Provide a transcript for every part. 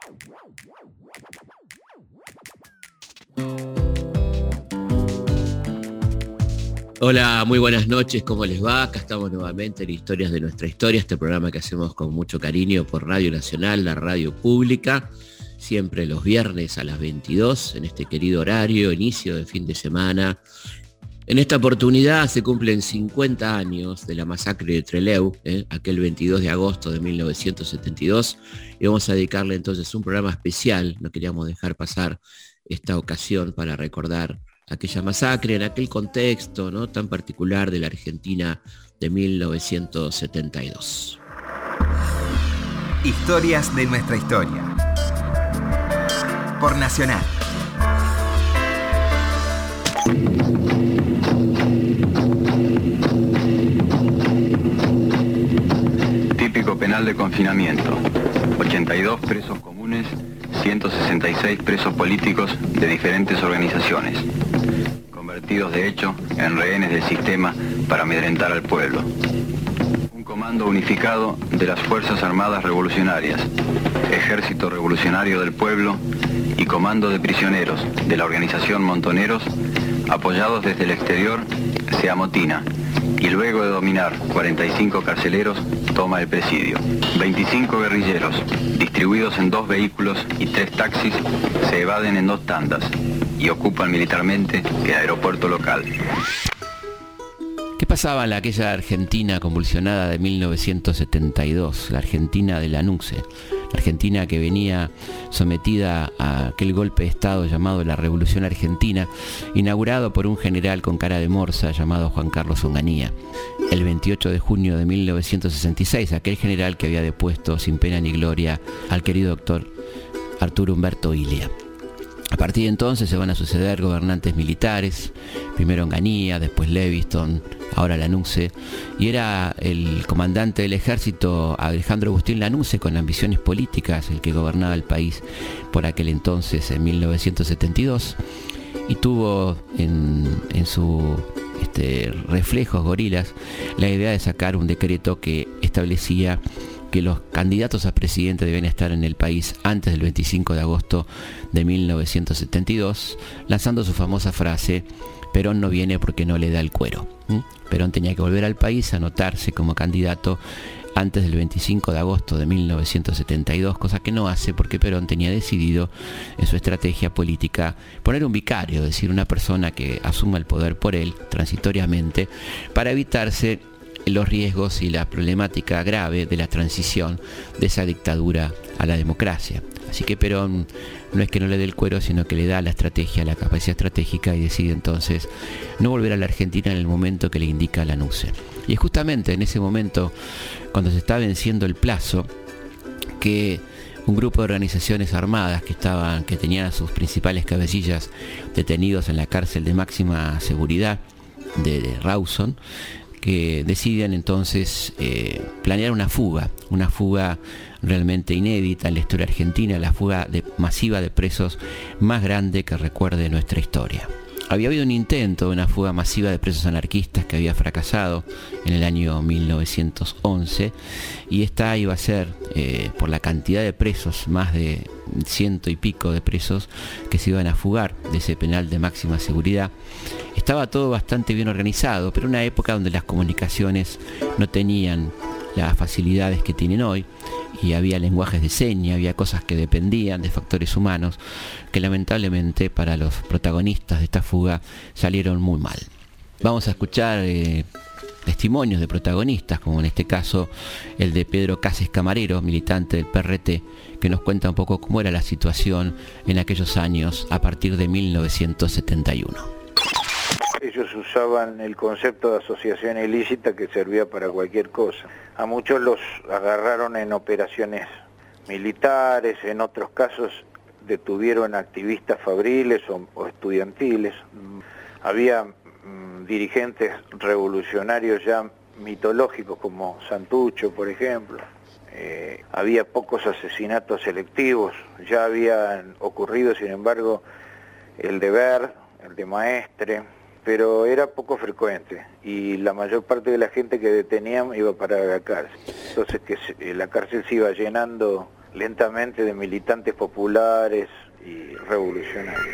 Hola, muy buenas noches, ¿cómo les va? Acá estamos nuevamente en Historias de Nuestra Historia, este programa que hacemos con mucho cariño por Radio Nacional, la radio pública, siempre los viernes a las 22, en este querido horario, inicio de fin de semana. En esta oportunidad se cumplen 50 años de la masacre de Trelew, aquel 22 de agosto de 1972, y vamos a dedicarle entonces un programa especial. No queríamos dejar pasar esta ocasión para recordar aquella masacre en aquel contexto, ¿no?, tan particular de la Argentina de 1972. Historias de Nuestra Historia. Por Nacional. Típico penal de confinamiento. 82 presos comunes, 166 presos políticos de diferentes organizaciones, convertidos de hecho en rehenes del sistema para amedrentar al pueblo. Un comando unificado de las Fuerzas Armadas Revolucionarias, Ejército Revolucionario del Pueblo y Comando de Prisioneros de la organización Montoneros, apoyados desde el exterior, se amotina y luego de dominar 45 carceleros, toma el presidio. 25 guerrilleros, distribuidos en 2 vehículos y 3 taxis, se evaden en 2 tandas y ocupan militarmente el aeropuerto local. ¿Qué pasaba en aquella Argentina convulsionada de 1972? La Argentina de la NUCE, la Argentina que venía sometida a aquel golpe de Estado llamado la Revolución Argentina, inaugurado por un general con cara de morsa llamado Juan Carlos Onganía. El 28 de junio de 1966, aquel general que había depuesto sin pena ni gloria al querido doctor Arturo Humberto Ilia. A partir de entonces se van a suceder gobernantes militares, primero Onganía, después Leviston, ahora Lanusse, y era el comandante del ejército Alejandro Agustín Lanusse, con ambiciones políticas, el que gobernaba el país por aquel entonces, en 1972, y tuvo en su reflejos gorilas la idea de sacar un decreto que establecía que los candidatos a presidente deben estar en el país antes del 25 de agosto de 1972, lanzando su famosa frase: Perón no viene porque no le da el cuero. Perón tenía que volver al país a anotarse como candidato antes del 25 de agosto de 1972, cosa que no hace porque Perón tenía decidido en su estrategia política poner un vicario, es decir, una persona que asuma el poder por él transitoriamente, para evitarse los riesgos y la problemática grave de la transición de esa dictadura a la democracia. Así que Perón no es que no le dé el cuero, sino que le da la estrategia, la capacidad estratégica, y decide entonces no volver a la Argentina en el momento que le indica la NUCE. Y es justamente en ese momento, cuando se está venciendo el plazo, que un grupo de organizaciones armadas que tenían a sus principales cabecillas detenidos en la cárcel de máxima seguridad de Rawson, que deciden entonces planear una fuga realmente inédita en la historia argentina, la fuga masiva de presos más grande que recuerde nuestra historia. Había habido un intento de una fuga masiva de presos anarquistas que había fracasado en el año 1911, y esta iba a ser, por la cantidad de presos, más de 100 y pico de presos que se iban a fugar de ese penal de máxima seguridad. Estaba todo bastante bien organizado, pero en una época donde las comunicaciones no tenían las facilidades que tienen hoy, y había lenguajes de señas, había cosas que dependían de factores humanos que lamentablemente para los protagonistas de esta fuga salieron muy mal. Vamos a escuchar testimonios de protagonistas, como en este caso el de Pedro Cases Camarero, militante del PRT, que nos cuenta un poco cómo era la situación en aquellos años a partir de 1971. Ellos usaban el concepto de asociación ilícita, que servía para cualquier cosa. A muchos los agarraron en operaciones militares, en otros casos detuvieron activistas fabriles o estudiantiles. Había dirigentes revolucionarios ya mitológicos como Santucho, por ejemplo. Había pocos asesinatos selectivos, ya habían ocurrido, sin embargo, el de Ver, el de Maestre, pero era poco frecuente, y la mayor parte de la gente que detenían iba para la cárcel. Entonces la cárcel se iba llenando lentamente de militantes populares y revolucionarios.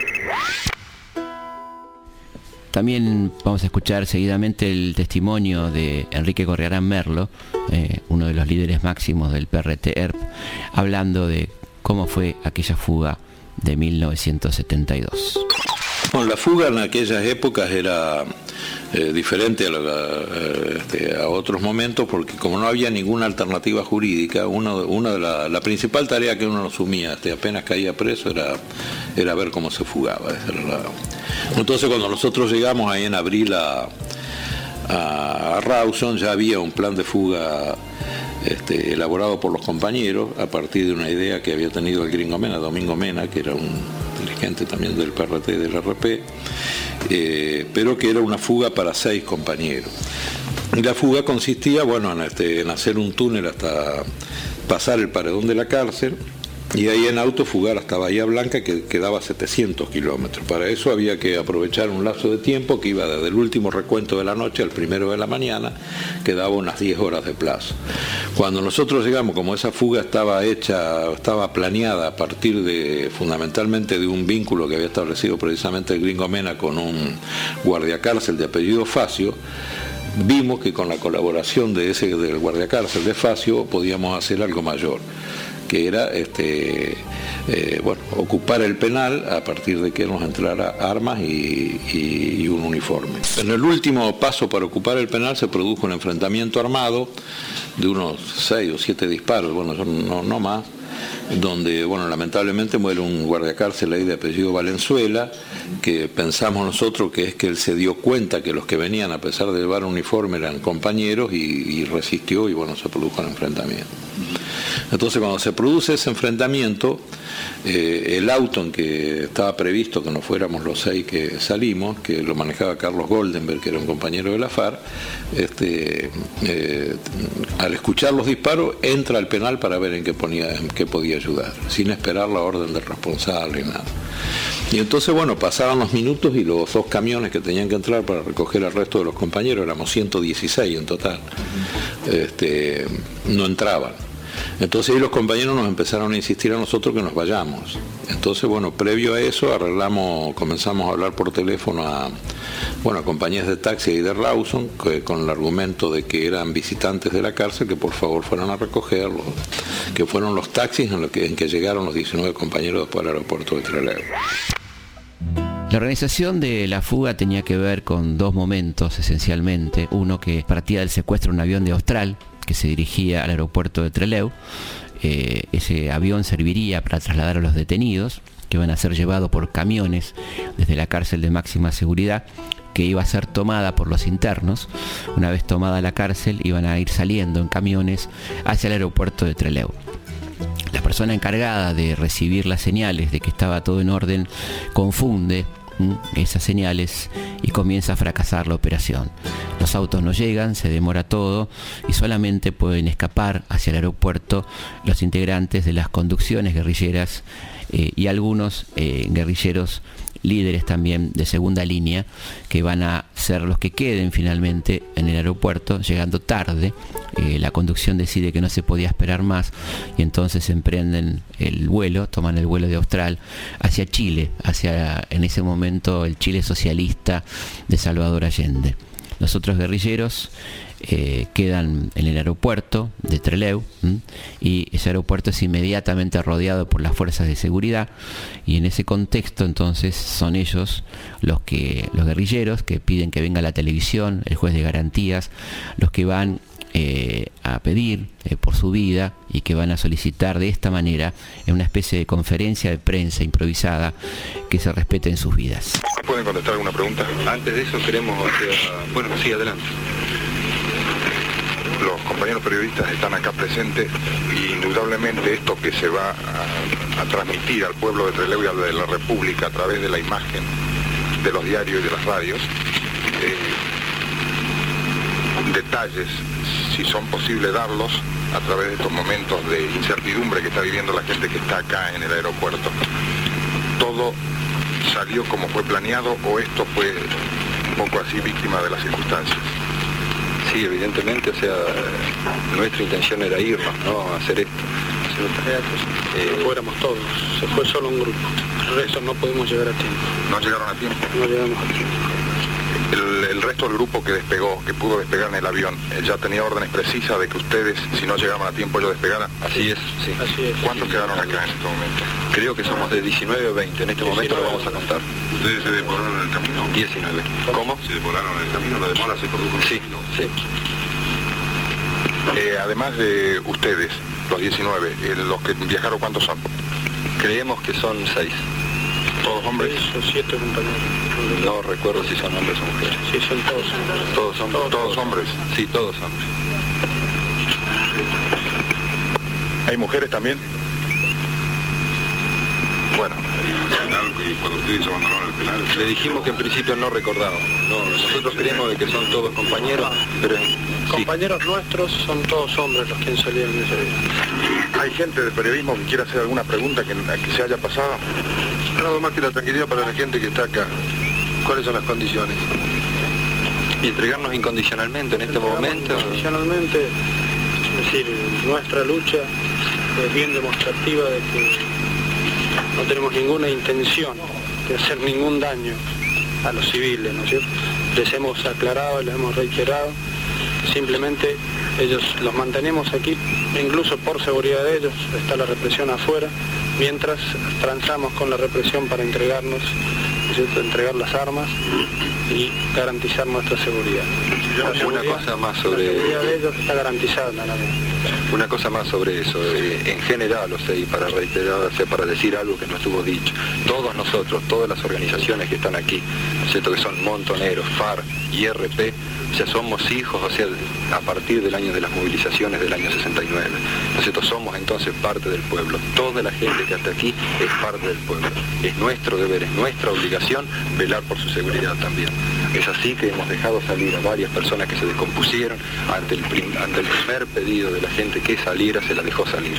También vamos a escuchar seguidamente el testimonio de Enrique Gorriarán Merlo, uno de los líderes máximos del PRT-ERP, hablando de cómo fue aquella fuga de 1972. Bueno, la fuga en aquellas épocas era diferente a otros momentos, porque como no había ninguna alternativa jurídica, la principal tarea que uno asumía apenas caía preso era ver cómo se fugaba. Entonces cuando nosotros llegamos ahí en abril a Rawson, ya había un plan de fuga elaborado por los compañeros a partir de una idea que había tenido el gringo Mena, Domingo Mena, que era un dirigente también del PRT y del RP, pero que era una fuga para 6 compañeros. Y la fuga consistía, en hacer un túnel hasta pasar el paredón de la cárcel y ahí en auto fugar hasta Bahía Blanca, que quedaba 700 kilómetros. Para eso había que aprovechar un lapso de tiempo que iba desde el último recuento de la noche al primero de la mañana, que daba unas 10 horas de plazo. Cuando nosotros llegamos, como esa fuga estaba planeada a partir fundamentalmente de un vínculo que había establecido precisamente el gringo Mena con un guardiacárcel de apellido Facio, vimos que con la colaboración del guardiacárcel de Facio podíamos hacer algo mayor, que era ocupar el penal a partir de que nos entrara armas y un uniforme. En el último paso para ocupar el penal se produjo un enfrentamiento armado de unos 6 o 7 disparos, no más, donde lamentablemente muere un guardiacárcel ahí de apellido Valenzuela, que pensamos nosotros que es que él se dio cuenta que los que venían a pesar de llevar uniforme eran compañeros y resistió y se produjo el enfrentamiento. Entonces cuando se produce ese enfrentamiento, el auto en que estaba previsto que nos fuéramos los 6 que salimos, que lo manejaba Carlos Goldenberg, que era un compañero de la FARC, al escuchar los disparos entra al penal para ver en qué podía ayudar, sin esperar la orden del responsable ni nada. Y entonces pasaban los minutos y los 2 camiones que tenían que entrar para recoger al resto de los compañeros, éramos 116 en total, no entraban. Entonces ahí los compañeros nos empezaron a insistir a nosotros que nos vayamos. Entonces, previo a eso comenzamos a hablar por teléfono a compañías de taxi y de Rawson, con el argumento de que eran visitantes de la cárcel, que por favor fueran a recogerlos, que fueron los taxis en que llegaron los 19 compañeros después al aeropuerto de Trelew. La organización de la fuga tenía que ver con 2 momentos esencialmente. Uno, que partía del secuestro de un avión de Austral que se dirigía al aeropuerto de Trelew. Ese avión serviría para trasladar a los detenidos, que iban a ser llevados por camiones desde la cárcel de máxima seguridad, que iba a ser tomada por los internos. Una vez tomada la cárcel, iban a ir saliendo en camiones hacia el aeropuerto de Trelew. La persona encargada de recibir las señales de que estaba todo en orden confunde esas señales y comienza a fracasar la operación. Los autos no llegan, se demora todo y solamente pueden escapar hacia el aeropuerto los integrantes de las conducciones guerrilleras y algunos guerrilleros líderes también de segunda línea, que van a ser los que queden finalmente en el aeropuerto, llegando tarde. La conducción decide que no se podía esperar más y entonces emprenden el vuelo, toman el vuelo de Austral hacia Chile, hacia en ese momento el Chile socialista de Salvador Allende. Los otros guerrilleros quedan en el aeropuerto de Trelew y ese aeropuerto es inmediatamente rodeado por las fuerzas de seguridad, y en ese contexto entonces son ellos los guerrilleros que piden que venga la televisión, el juez de garantías, los que van a pedir por su vida y que van a solicitar de esta manera, en una especie de conferencia de prensa improvisada, que se respeten sus vidas. ¿Pueden contestar alguna pregunta? Antes de eso queremos sí, adelante. Los compañeros periodistas están acá presentes y indudablemente esto que se va a transmitir al pueblo de Trelew y a la República a través de la imagen de los diarios y de las radios, detalles, si son posibles darlos, a través de estos momentos de incertidumbre que está viviendo la gente que está acá en el aeropuerto. ¿Todo salió como fue planeado o esto fue un poco así víctima de las circunstancias? Sí, evidentemente, nuestra intención era irnos, ¿no? Hacer esto. no fuéramos todos, se fue solo un grupo, el resto no pudimos llegar a tiempo. ¿No llegaron a tiempo? No llegamos a tiempo. El resto del grupo que despegó, que pudo despegar en el avión, ya tenía órdenes precisas de que ustedes, si no llegaban a tiempo, ellos despegaran. Así es, sí. Así es. ¿Cuántos quedaron acá en este momento? Creo que somos de 19 o 20, en este momento lo vamos a contar. ¿Ustedes se demoraron en el camino? 19. ¿Cómo? ¿Se demoraron en el camino? ¿La demora se produjo en el camino? Sí. Además de ustedes, los 19, los que viajaron, ¿cuántos son? Creemos que son 6. ¿Todos hombres? 6 o 7 compañeros. No recuerdo si son hombres o mujeres. Sí, son todos hombres. ¿Todos hombres? ¿Todos hombres? Sí, todos hombres. ¿Hay mujeres también? Bueno. Cuando ustedes abandonaron el penal, le dijimos que en principio no recordábamos. No, nosotros creemos de que son todos compañeros, pero compañeros nuestros son todos hombres los que han salido en ese día. ¿Hay gente del periodismo que quiera hacer alguna pregunta que se haya pasado? Nada más que la tranquilidad para la gente que está acá. ¿Cuáles son las condiciones? Y entregarnos incondicionalmente en este momento. Incondicionalmente, es decir, nuestra lucha es bien demostrativa de que no tenemos ninguna intención de hacer ningún daño a los civiles, ¿no es cierto? Les hemos aclarado, les hemos reiterado, simplemente ellos los mantenemos aquí, incluso por seguridad de ellos, está la represión afuera, mientras transamos con la represión para entregarnos, ¿no es cierto?, entregar las armas y garantizar nuestra seguridad. Una cosa más sobre... La seguridad de ellos está garantizada, ¿no? Una cosa más sobre eso, en general, o sea, y para reiterar, o sea, para decir algo que no estuvo dicho, todos nosotros, todas las organizaciones que están aquí, ¿no es cierto?, que son Montoneros, FARC, IRP, o sea, somos hijos, o sea, a partir del año de las movilizaciones del año 69, ¿no es cierto?, somos entonces parte del pueblo, toda la gente que está aquí es parte del pueblo, es nuestro deber, es nuestra obligación velar por su seguridad también. Es así que hemos dejado salir a varias personas que se descompusieron ante el primer pedido de la gente que saliera, se la dejó salir.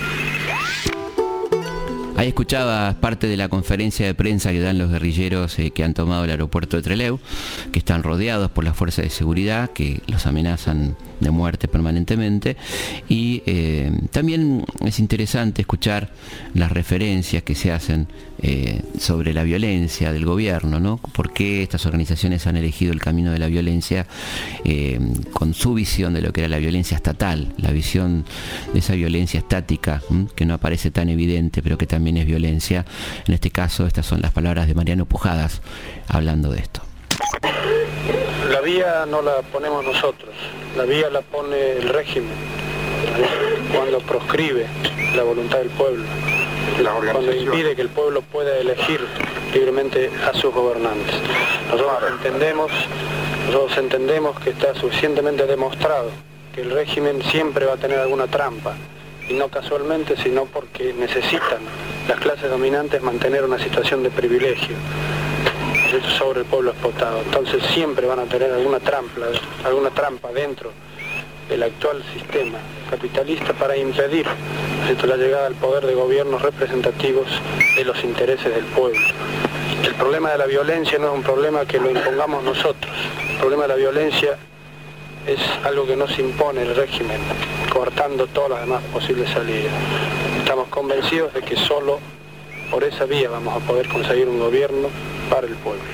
Ahí escuchabas parte de la conferencia de prensa que dan los guerrilleros que han tomado el aeropuerto de Trelew, que están rodeados por las fuerzas de seguridad que los amenazan de muerte permanentemente, y también es interesante escuchar las referencias que se hacen sobre la violencia del gobierno, ¿no? Por qué estas organizaciones han elegido el camino de la violencia con su visión de lo que era la violencia estatal, la visión de esa violencia estática, que no aparece tan evidente, pero que también es violencia. En este caso, estas son las palabras de Mariano Pujadas hablando de esto. La vía no la ponemos nosotros, la vía la pone el régimen, cuando proscribe la voluntad del pueblo, cuando impide que el pueblo pueda elegir libremente a sus gobernantes. Nosotros entendemos que está suficientemente demostrado que el régimen siempre va a tener alguna trampa, y no casualmente, sino porque necesitan las clases dominantes mantener una situación de privilegio sobre el pueblo explotado. Entonces siempre van a tener alguna trampa dentro del actual sistema capitalista para impedir la llegada al poder de gobiernos representativos de los intereses del pueblo. El problema de la violencia no es un problema que lo impongamos nosotros. El problema de la violencia es algo que nos impone el régimen, cortando todas las demás posibles salidas. Estamos convencidos de que solo por esa vía vamos a poder conseguir un gobierno para el pueblo.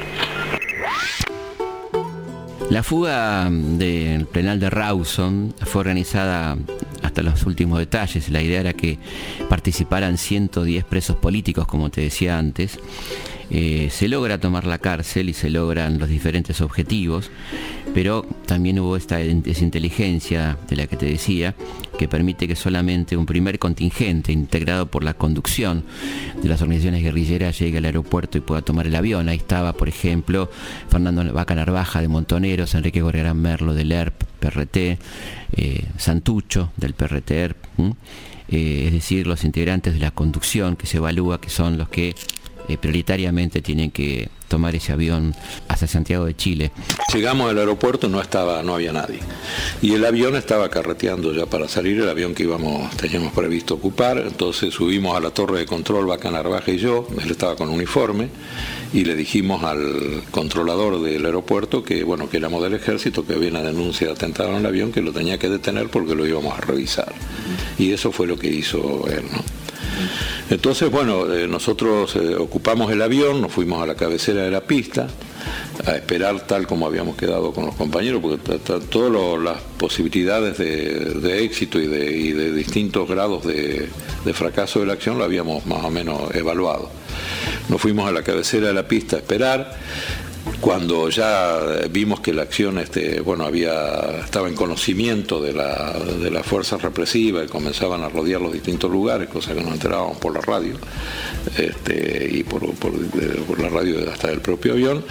La fuga del penal de Rawson fue organizada hasta los últimos detalles. La idea era que participaran 110 presos políticos, como te decía antes. Se logra tomar la cárcel y se logran los diferentes objetivos, pero también hubo esa inteligencia de la que te decía, que permite que solamente un primer contingente integrado por la conducción de las organizaciones guerrilleras llegue al aeropuerto y pueda tomar el avión. Ahí estaba, por ejemplo, Fernando Vaca Narvaja de Montoneros, Enrique Gorriarán Merlo del ERP, PRT, Santucho del PRT-ERP, es decir, los integrantes de la conducción que se evalúa que son los que prioritariamente tienen que tomar ese avión hacia Santiago de Chile. Llegamos al aeropuerto, no había nadie. Y el avión estaba carreteando ya para salir, el avión que teníamos previsto ocupar. Entonces subimos a la torre de control, Vaca Narvaja y yo, él estaba con uniforme, y le dijimos al controlador del aeropuerto que éramos del ejército, que había una denuncia de atentado en el avión, que lo tenía que detener porque lo íbamos a revisar. Y eso fue lo que hizo él, ¿no? Entonces, bueno, nosotros ocupamos el avión, nos fuimos a la cabecera de la pista a esperar tal como habíamos quedado con los compañeros, porque todas las posibilidades de éxito y de distintos grados de fracaso de la acción lo habíamos más o menos evaluado. Nos fuimos a la cabecera de la pista a esperar. Cuando ya vimos que la acción estaba en conocimiento de las fuerzas represivas y comenzaban a rodear los distintos lugares, cosa que nos enterábamos por la radio y por la radio hasta del propio avión,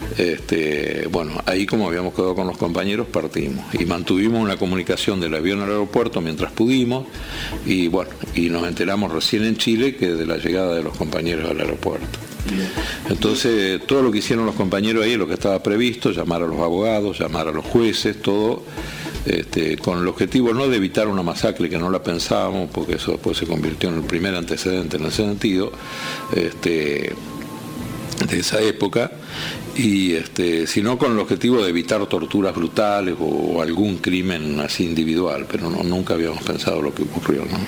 ahí como habíamos quedado con los compañeros partimos y mantuvimos una comunicación del avión al aeropuerto mientras pudimos y nos enteramos recién en Chile que de la llegada de los compañeros al aeropuerto. Entonces todo lo que hicieron los compañeros ahí, lo que estaba previsto, llamar a los abogados, llamar a los jueces, todo con el objetivo no de evitar una masacre, que no la pensábamos, porque eso después se convirtió en el primer antecedente en ese sentido de esa época, y sino con el objetivo de evitar torturas brutales o algún crimen así individual, pero nunca habíamos pensado lo que ocurrió, ¿no?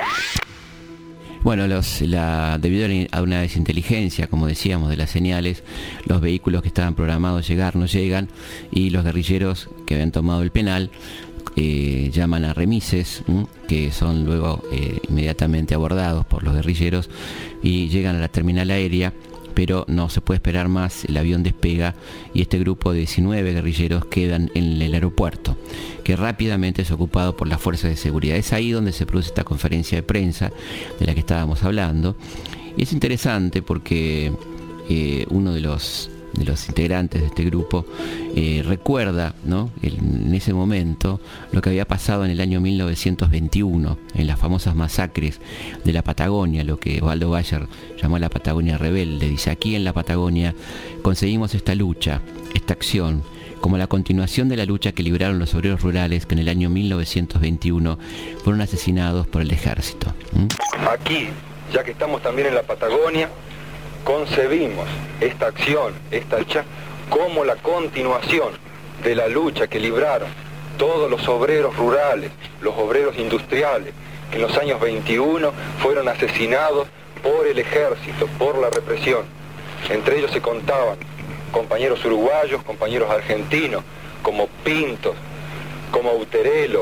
Bueno, debido a una desinteligencia, como decíamos, de las señales, los vehículos que estaban programados llegar no llegan y los guerrilleros que habían tomado el penal llaman a remises, que son luego inmediatamente abordados por los guerrilleros y llegan a la terminal aérea, pero no se puede esperar más, el avión despega y este grupo de 19 guerrilleros quedan en el aeropuerto, que rápidamente es ocupado por las fuerzas de seguridad. Es ahí donde se produce esta conferencia de prensa de la que estábamos hablando. Y es interesante porque uno de los integrantes de este grupo recuerda, ¿no?, en ese momento lo que había pasado en el año 1921, en las famosas masacres de la Patagonia, lo que Osvaldo Bayer llamó la Patagonia rebelde. Dice: aquí en la Patagonia conseguimos esta lucha, esta acción, como la continuación de la lucha que libraron los obreros rurales que en el año 1921 fueron asesinados por el ejército. Aquí, ya que estamos también en la Patagonia, concebimos esta acción, esta lucha, como la continuación de la lucha que libraron todos los obreros rurales, los obreros industriales, que en los años 21 fueron asesinados por el ejército, por la represión. Entre ellos se contaban compañeros uruguayos, compañeros argentinos, como Pintos, como Uterelo,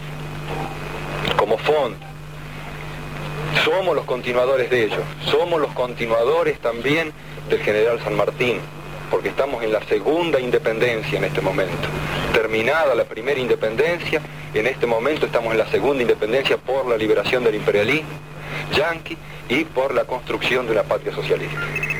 como Font. Somos los continuadores de ellos, somos los continuadores también del general San Martín, porque estamos en la segunda independencia en este momento. Terminada la primera independencia, en este momento estamos en la segunda independencia por la liberación del imperialismo yanqui y por la construcción de una patria socialista.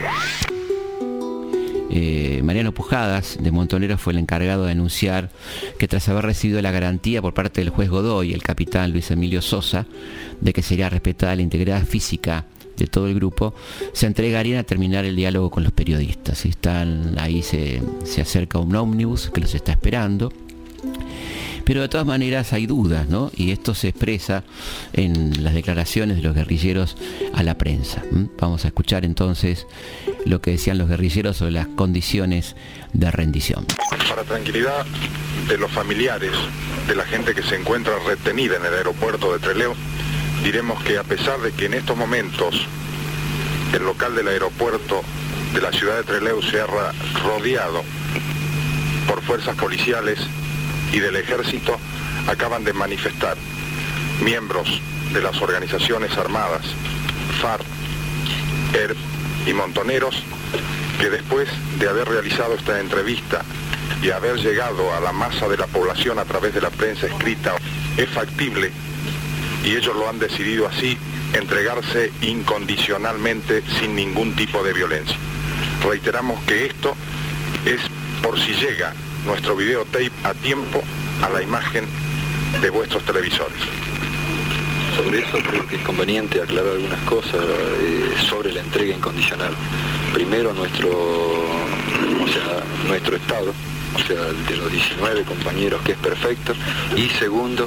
Mariano Pujadas de Montoneros fue el encargado de anunciar que tras haber recibido la garantía por parte del juez Godoy y el capitán Luis Emilio Sosa de que sería respetada la integridad física de todo el grupo, se entregarían a terminar el diálogo con los periodistas. Están ahí, se acerca un ómnibus que los está esperando. Pero de todas maneras hay dudas, ¿no? Y esto se expresa en las declaraciones de los guerrilleros a la prensa. Vamos a escuchar entonces lo que decían los guerrilleros sobre las condiciones de rendición. Para tranquilidad de los familiares de la gente que se encuentra retenida en el aeropuerto de Trelew, diremos que a pesar de que en estos momentos el local del aeropuerto de la ciudad de Trelew se ha rodeado por fuerzas policiales y del ejército, acaban de manifestar miembros de las organizaciones armadas, FARC, ERP y Montoneros, que después de haber realizado esta entrevista y haber llegado a la masa de la población a través de la prensa escrita, es factible, y ellos lo han decidido así, entregarse incondicionalmente sin ningún tipo de violencia. Reiteramos que esto es por si llega nuestro videotape a tiempo a la imagen de vuestros televisores. Sobre eso creo que es conveniente aclarar algunas cosas sobre la entrega incondicional. Primero nuestro estado, o sea, de los 19 compañeros, que es perfecto, y segundo,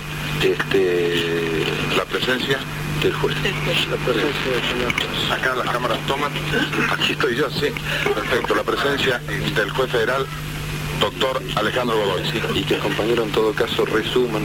la presencia del juez. La presencia del señor juez. Acá las cámaras toman, aquí estoy yo, sí, perfecto, la presencia del juez federal Doctor Alejandro Godoy. Sí, y que el compañero en todo caso resuman,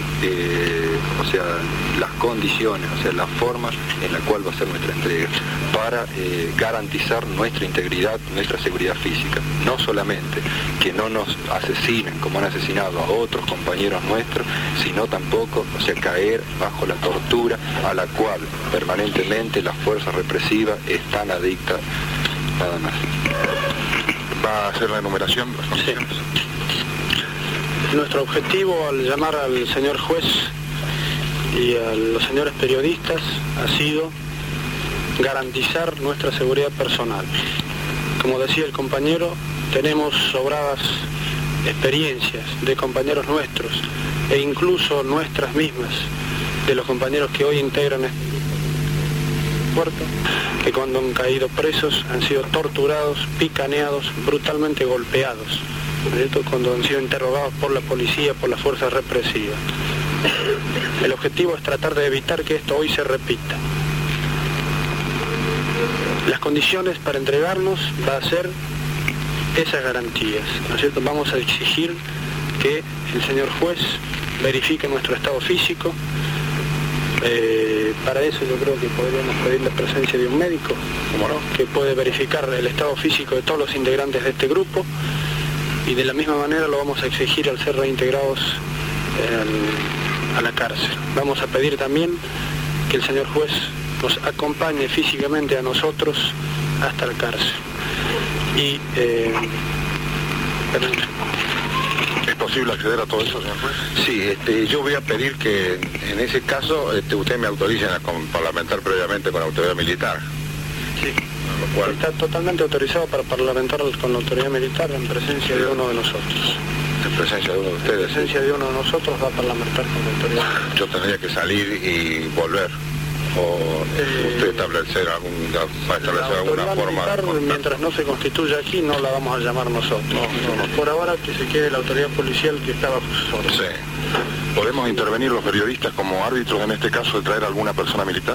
las condiciones, la forma en la cual va a ser nuestra entrega, para garantizar nuestra integridad, nuestra seguridad física. No solamente que no nos asesinen como han asesinado a otros compañeros nuestros, sino tampoco, caer bajo la tortura a la cual permanentemente las fuerzas represivas están adictas, nada más. ¿Va a hacer la enumeración? Sí. Nuestro objetivo al llamar al señor juez y a los señores periodistas ha sido garantizar nuestra seguridad personal. Como decía el compañero, tenemos sobradas experiencias de compañeros nuestros e incluso nuestras mismas, de los compañeros que hoy integran este puerto, que cuando han caído presos han sido torturados, picaneados, brutalmente golpeados, ¿cierto? Cuando han sido interrogados por la policía, por las fuerzas represivas. El objetivo es tratar de evitar que esto hoy se repita. Las condiciones para entregarnos va a ser esas garantías, ¿no es cierto? Vamos a exigir que el señor juez verifique nuestro estado físico. Para eso yo creo que podríamos pedir la presencia de un médico, ¿cómo no?, que puede verificar el estado físico de todos los integrantes de este grupo, y de la misma manera lo vamos a exigir al ser reintegrados a la cárcel. Vamos a pedir también que el señor juez nos acompañe físicamente a nosotros hasta la cárcel. Y ¿es posible acceder a todo eso, señor juez? Sí, yo voy a pedir que en ese caso usted me autorice a parlamentar previamente con la autoridad militar. Sí, lo cual está totalmente autorizado para parlamentar con la autoridad militar en presencia de uno de nosotros. En presencia de uno de ustedes. En presencia de uno de nosotros va a parlamentar con la autoridad. Yo tendría que salir y volver. ¿O usted establecer alguna forma de contacto? Mientras no se constituya aquí, no la vamos a llamar nosotros. No. Por ahora que se quede la autoridad policial que está bajo sus órdenes. Sí. ¿Podemos intervenir los periodistas como árbitros en este caso de traer a alguna persona militar?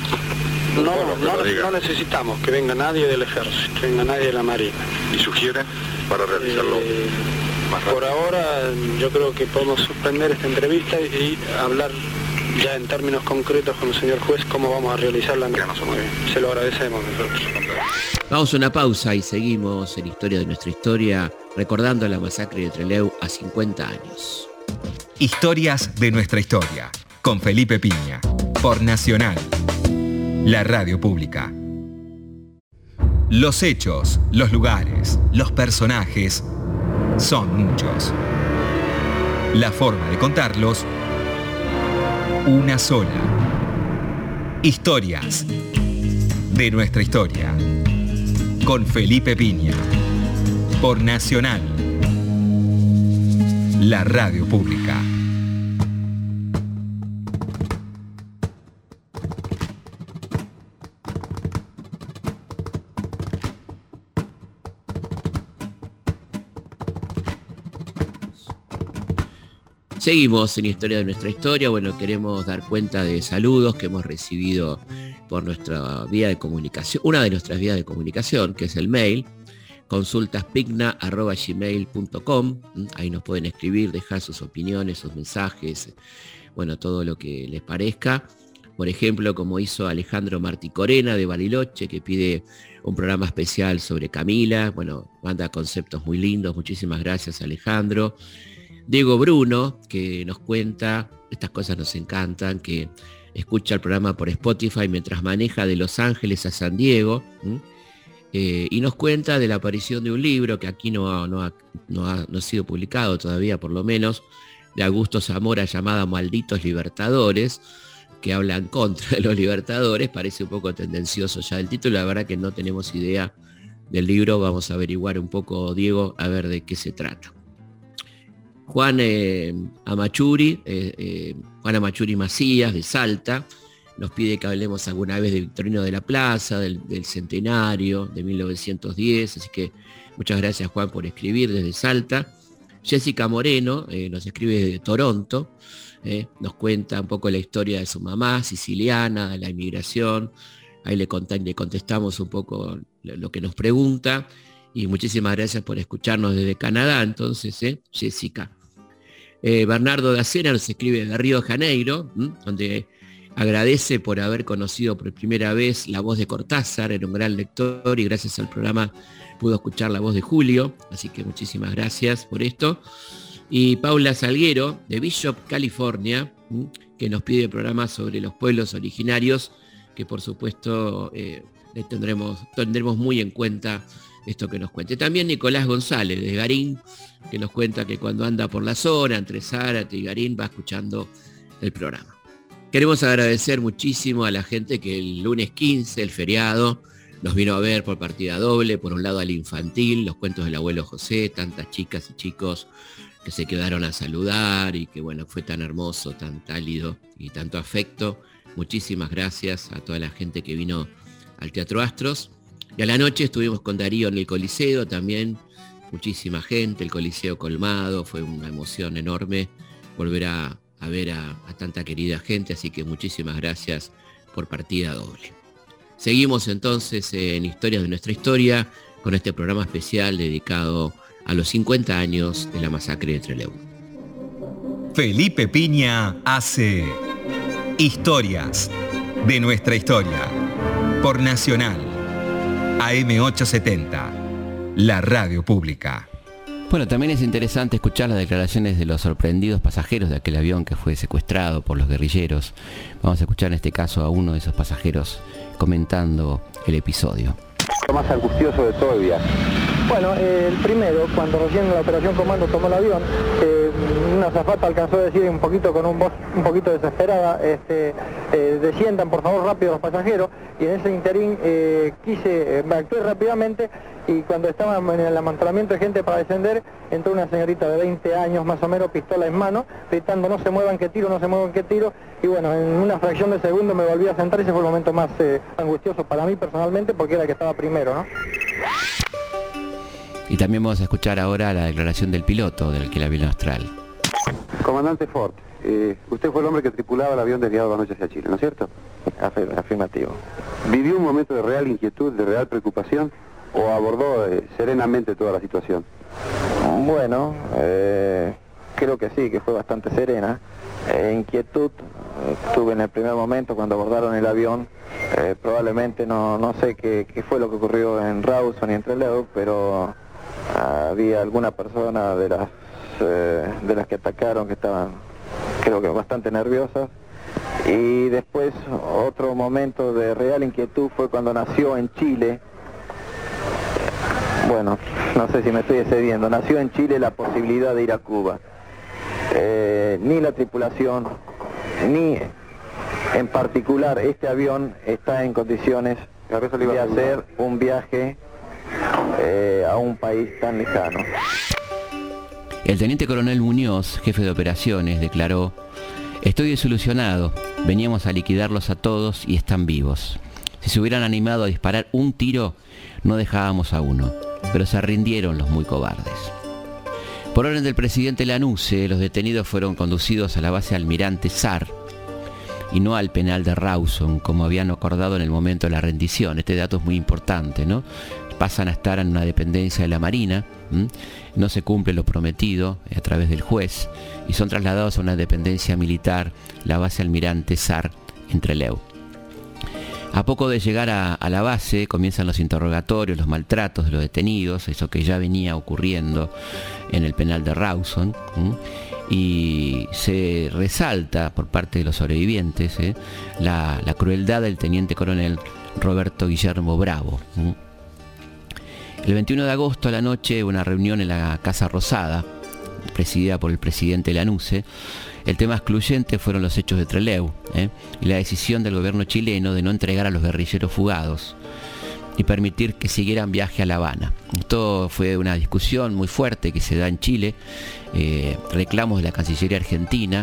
No necesitamos que venga nadie del ejército, que venga nadie de la marina. ¿Y sugieren para realizarlo más rápido? Por ahora yo creo que podemos suspender esta entrevista y hablar ya en términos concretos con el señor juez cómo vamos a realizar la entrevista. Muy bien, se lo agradecemos nosotros. Vamos a una pausa y seguimos en Historia de nuestra historia, recordando la masacre de Trelew a 50 años. Historias de nuestra historia, con Felipe Piña, por Nacional, la radio pública. Los hechos, los lugares, los personajes son muchos. La forma de contarlos, una sola. Historias de nuestra historia, con Felipe Piña, por Nacional, la radio pública. Seguimos en Historia de nuestra historia. Bueno, queremos dar cuenta de saludos que hemos recibido por nuestra vía de comunicación, una de nuestras vías de comunicación, que es el mail, consultaspigna@gmail.com. Ahí nos pueden escribir, dejar sus opiniones, sus mensajes, bueno, todo lo que les parezca. Por ejemplo, como hizo Alejandro Marticorena de Bariloche, que pide un programa especial sobre Camila. Bueno, manda conceptos muy lindos. Muchísimas gracias, Alejandro. Diego Bruno, que nos cuenta, estas cosas nos encantan, que escucha el programa por Spotify mientras maneja de Los Ángeles a San Diego, y nos cuenta de la aparición de un libro que aquí no ha sido publicado todavía, por lo menos, de Augusto Zamora, llamada Malditos Libertadores, que habla en contra de los libertadores. Parece un poco tendencioso ya el título, la verdad que no tenemos idea del libro. Vamos a averiguar un poco, Diego, a ver de qué se trata. Juan Amachuri Macías, de Salta, nos pide que hablemos alguna vez de Victorino de la Plaza, del centenario de 1910, así que muchas gracias, Juan, por escribir desde Salta. Jessica Moreno nos escribe desde Toronto, nos cuenta un poco la historia de su mamá, siciliana, de la inmigración. Ahí le contestamos un poco lo que nos pregunta. Y muchísimas gracias por escucharnos desde Canadá, entonces, Jessica. Bernardo da Sena nos escribe de Río de Janeiro, donde agradece por haber conocido por primera vez la voz de Cortázar, era un gran lector y gracias al programa pudo escuchar la voz de Julio, así que muchísimas gracias por esto. Y Paula Salguero, de Bishop, California, que nos pide programas sobre los pueblos originarios, que por supuesto le tendremos muy en cuenta esto que nos cuente. También Nicolás González, de Garín, que nos cuenta que cuando anda por la zona, entre Zárate y Garín, va escuchando el programa. Queremos agradecer muchísimo a la gente que el lunes 15, el feriado, nos vino a ver por partida doble, por un lado al infantil, los cuentos del abuelo José, tantas chicas y chicos que se quedaron a saludar y que bueno, fue tan hermoso, tan cálido y tanto afecto. Muchísimas gracias a toda la gente que vino al Teatro Astros. Y a la noche estuvimos con Darío en el Coliseo también, muchísima gente, el Coliseo colmado, fue una emoción enorme volver a ver a tanta querida gente, así que muchísimas gracias por partida doble. Seguimos entonces en Historias de nuestra historia con este programa especial dedicado a los 50 años de la masacre de Trelew. Felipe Piña hace Historias de nuestra historia por Nacional AM870, la radio pública. Bueno, también es interesante escuchar las declaraciones de los sorprendidos pasajeros de aquel avión que fue secuestrado por los guerrilleros. Vamos a escuchar en este caso a uno de esos pasajeros comentando el episodio. Lo más angustioso de todo el viaje. Bueno, el primero, cuando recién la operación Comando tomó el avión, una azafata alcanzó a decir un poquito con un voz un poquito desesperada, desciendan por favor rápido los pasajeros, y en ese interín actué rápidamente, y cuando estaba en el amontonamiento de gente para descender, entró una señorita de 20 años más o menos, pistola en mano, gritando no se muevan que tiro, no se muevan que tiro, y bueno, en una fracción de segundo me volví a sentar y ese fue el momento más angustioso para mí personalmente, porque era el que estaba primero, ¿no? Y también vamos a escuchar ahora la declaración del piloto del avión Austral. Comandante Ford, usted fue el hombre que tripulaba el avión desviado anoche hacia Chile, ¿no es cierto? Afirmativo. ¿Vivió un momento de real inquietud, de real preocupación, o abordó serenamente toda la situación? Bueno, creo que sí, que fue bastante serena. Inquietud tuve en el primer momento cuando abordaron el avión. Probablemente no sé qué fue lo que ocurrió en Rawson y en Trelew, pero había alguna persona de las que atacaron que estaban, creo que bastante nerviosas. Y después otro momento de real inquietud fue cuando nació en Chile, bueno, no sé si me estoy excediendo, nació en Chile la posibilidad de ir a Cuba. Ni la tripulación, ni en particular este avión está en condiciones de hacer un viaje a un país tan lejano. El teniente coronel Muñoz, jefe de operaciones, declaró: estoy desilusionado, veníamos a liquidarlos a todos y están vivos. Si se hubieran animado a disparar un tiro, no dejábamos a uno, pero se rindieron los muy cobardes. Por orden del presidente Lanusse, los detenidos fueron conducidos a la base Almirante Sar y no al penal de Rawson, como habían acordado en el momento de la rendición. Este dato es muy importante, ¿no? Pasan a estar en una dependencia de la Marina, no se cumple lo prometido a través del juez y son trasladados a una dependencia militar, la base Almirante Sar, en Trelew. A poco de llegar a la base comienzan los interrogatorios, los maltratos de los detenidos, eso que ya venía ocurriendo en el penal de Rawson, y se resalta por parte de los sobrevivientes la crueldad del teniente coronel Roberto Guillermo Bravo. El 21 de agosto a la noche, una reunión en la Casa Rosada, presidida por el presidente Lanusse. El tema excluyente fueron los hechos de Trelew y la decisión del gobierno chileno de no entregar a los guerrilleros fugados y permitir que siguieran viaje a La Habana. Esto fue una discusión muy fuerte que se da en Chile, reclamos de la Cancillería Argentina,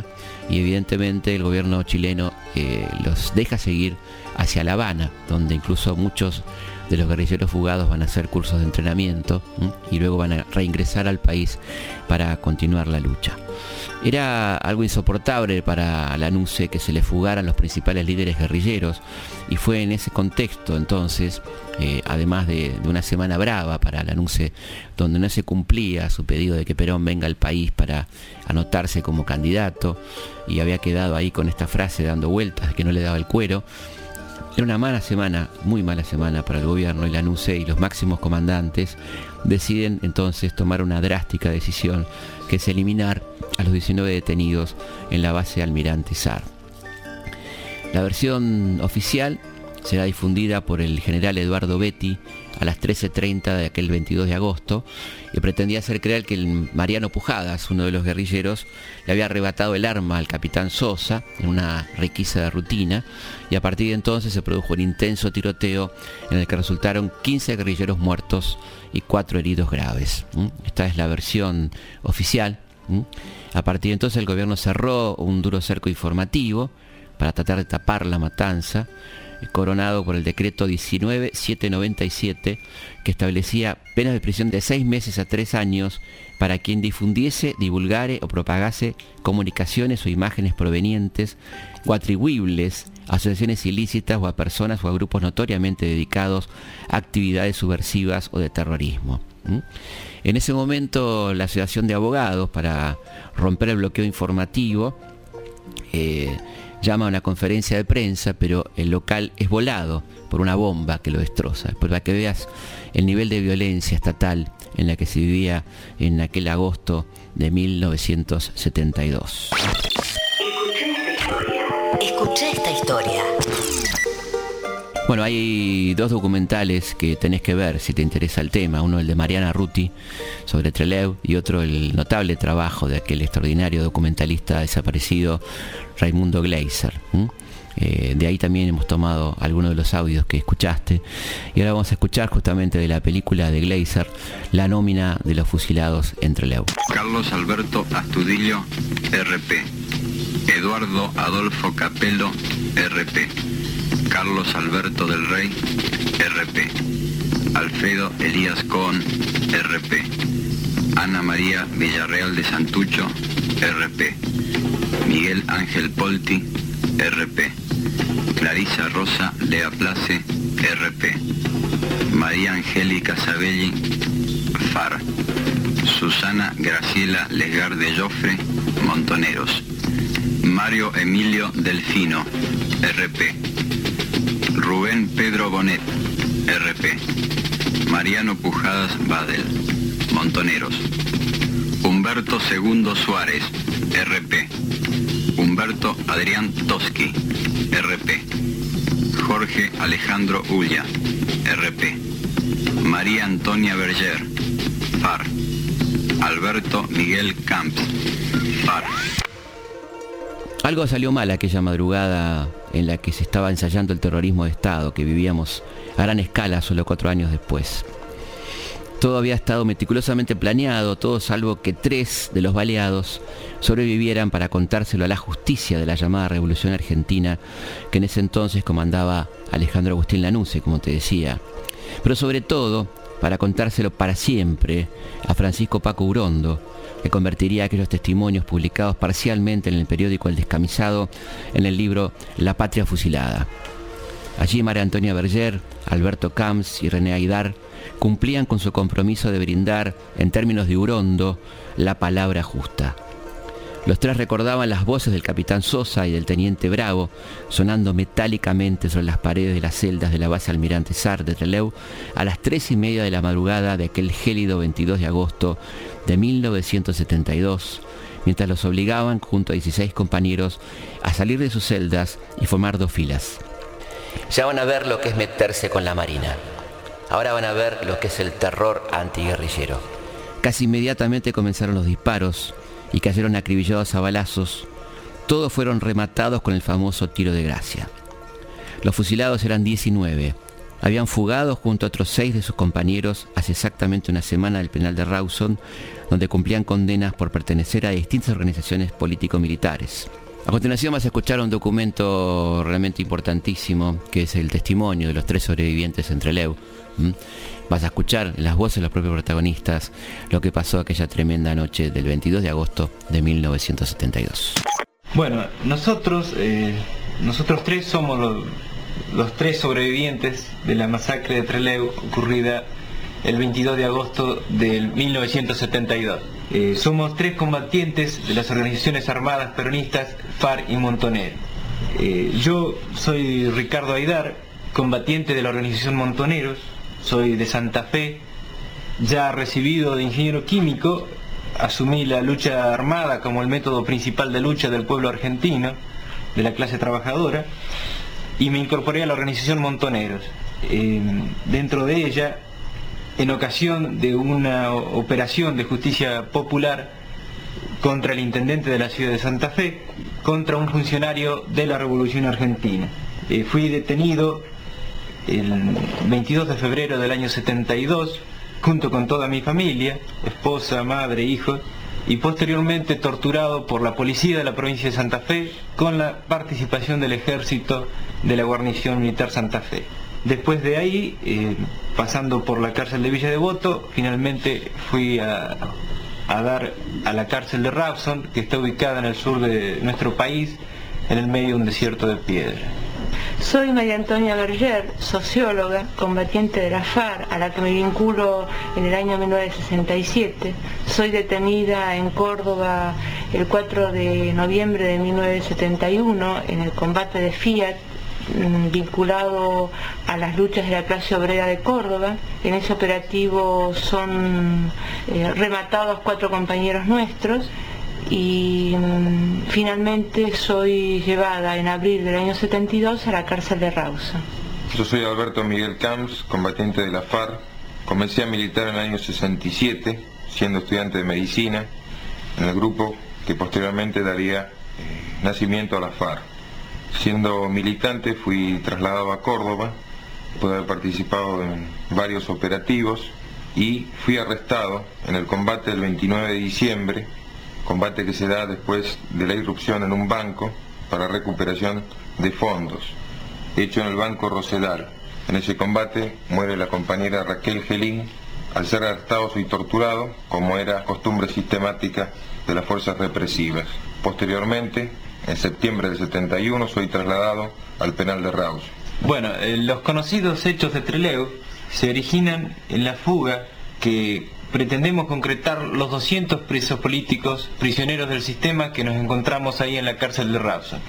y evidentemente el gobierno chileno los deja seguir hacia La Habana, donde incluso muchos de los guerrilleros fugados van a hacer cursos de entrenamiento y luego van a reingresar al país para continuar la lucha. Era algo insoportable para la NUCE que se le fugaran los principales líderes guerrilleros, y fue en ese contexto entonces, además de una semana brava para la NUCE, donde no se cumplía su pedido de que Perón venga al país para anotarse como candidato, y había quedado ahí con esta frase dando vueltas de que no le daba el cuero. Era una mala semana, muy mala semana para el gobierno, y la NUCE y los máximos comandantes deciden entonces tomar una drástica decisión, que es eliminar a los 19 detenidos en la base Almirante Sar. La versión oficial será difundida por el general Eduardo Betti a las 13:30 de aquel 22 de agosto, y pretendía hacer creer que el Mariano Pujadas, uno de los guerrilleros, le había arrebatado el arma al capitán Sosa en una requisa de rutina, y a partir de entonces se produjo un intenso tiroteo en el que resultaron 15 guerrilleros muertos y 4 heridos graves. Esta es la versión oficial. A partir de entonces el gobierno cerró un duro cerco informativo para tratar de tapar la matanza, coronado por el decreto 19.797, que establecía penas de prisión de 6 meses a 3 años para quien difundiese, divulgare o propagase comunicaciones o imágenes provenientes o atribuibles a asociaciones ilícitas o a personas o a grupos notoriamente dedicados a actividades subversivas o de terrorismo. En ese momento la Asociación de Abogados, para romper el bloqueo informativo, llama a una conferencia de prensa, pero el local es volado por una bomba que lo destroza. Para que veas el nivel de violencia estatal en la que se vivía en aquel agosto de 1972. Escuché esta historia. Bueno, hay 2 documentales que tenés que ver si te interesa el tema. Uno el de Mariana Ruti sobre Trelew, y otro el notable trabajo de aquel extraordinario documentalista desaparecido Raimundo Gleiser. De ahí también hemos tomado algunos de los audios que escuchaste, y ahora vamos a escuchar justamente de la película de Gleiser, la nómina de los fusilados en Trelew. Carlos Alberto Astudillo, RP. Eduardo Adolfo Capello, RP. Carlos Alberto del Rey, RP. Alfredo Elías Cohn, RP. Ana María Villarreal de Santucho, RP. Miguel Ángel Polti, RP. Clarisa Rosa Lea Place, RP. María Angélica Sabelli, FAR. Susana Graciela Lesgar de Joffre, Montoneros. Mario Emilio Delfino, RP. Rubén Pedro Bonet, RP. Mariano Pujadas Badel, Montoneros. Humberto II Suárez, RP. Humberto Adrián Toski, RP. Jorge Alejandro Ulla, RP. María Antonia Berger, FAR. Alberto Miguel Camps, FAR. Algo salió mal aquella madrugada en la que se estaba ensayando el terrorismo de Estado que vivíamos a gran escala solo 4 años después. Todo había estado meticulosamente planeado, todo salvo que 3 de los baleados sobrevivieran para contárselo a la justicia de la llamada Revolución Argentina, que en ese entonces comandaba Alejandro Agustín Lanusse, como te decía. Pero sobre todo, para contárselo para siempre a Francisco Paco Urondo, que convertiría aquellos testimonios publicados parcialmente en el periódico El Descamisado en el libro La Patria Fusilada. Allí María Antonia Berger, Alberto Camps y René Aydar cumplían con su compromiso de brindar, en términos de Urondo, la palabra justa. Los 3 recordaban las voces del capitán Sosa y del teniente Bravo, sonando metálicamente sobre las paredes de las celdas de la base Almirante Sar de Trelew a las 3:30 de la madrugada de aquel gélido 22 de agosto de 1972, mientras los obligaban, junto a 16 compañeros, a salir de sus celdas y formar 2 filas. Ya van a ver lo que es meterse con la Marina. Ahora van a ver lo que es el terror antiguerrillero. Casi inmediatamente comenzaron los disparos y cayeron acribillados a balazos. Todos fueron rematados con el famoso tiro de gracia. Los fusilados eran 19. Habían fugado junto a otros 6 de sus compañeros hace exactamente una semana del penal de Rawson, donde cumplían condenas por pertenecer a distintas organizaciones político-militares. A continuación vas a escuchar un documento realmente importantísimo, que es el testimonio de los 3 sobrevivientes en Trelew. Vas a escuchar en las voces de los propios protagonistas lo que pasó aquella tremenda noche del 22 de agosto de 1972. Bueno, nosotros 3 somos los 3 sobrevivientes de la masacre de Trelew ocurrida el 22 de agosto del 1972. Somos 3 combatientes de las organizaciones armadas peronistas FARC y Montoneros. Yo soy Ricardo Aidar, combatiente de la organización Montoneros, soy de Santa Fe, ya recibido de ingeniero químico, asumí la lucha armada como el método principal de lucha del pueblo argentino, de la clase trabajadora, y me incorporé a la organización Montoneros. Dentro de ella, en ocasión de una operación de justicia popular contra el intendente de la ciudad de Santa Fe, contra un funcionario de la Revolución Argentina. Fui detenido el 22 de febrero del año 72, junto con toda mi familia, esposa, madre, hijos, y posteriormente torturado por la policía de la provincia de Santa Fe con la participación del ejército de la guarnición militar Santa Fe. Después de ahí, pasando por la cárcel de Villa Devoto, finalmente fui a dar a la cárcel de Rawson, que está ubicada en el sur de nuestro país, en el medio de un desierto de piedra. Soy María Antonia Berger, socióloga, combatiente de la FARC, a la que me vinculo en el año 1967. Soy detenida en Córdoba el 4 de noviembre de 1971 en el combate de Fiat, vinculado a las luchas de la clase obrera de Córdoba. En ese operativo son rematados 4 compañeros nuestros y finalmente soy llevada en abril del año 72 a la cárcel de Rawson. Yo soy Alberto Miguel Camps, combatiente de la FARC. Comencé a militar en el año 67, siendo estudiante de medicina, en el grupo que posteriormente daría nacimiento a la FARC. Siendo militante fui trasladado a Córdoba, pude haber participado en varios operativos y fui arrestado en el combate del 29 de diciembre, combate que se da después de la irrupción en un banco para recuperación de fondos, hecho en el Banco Rosedal. En ese combate muere la compañera Raquel Gelín al ser arrestado y torturado, como era costumbre sistemática de las fuerzas represivas. Posteriormente, en septiembre del 71, soy trasladado al penal de Rawson. Bueno, los conocidos hechos de Trelew se originan en la fuga que pretendemos concretar los 200 presos políticos, prisioneros del sistema que nos encontramos ahí en la cárcel de Rawson.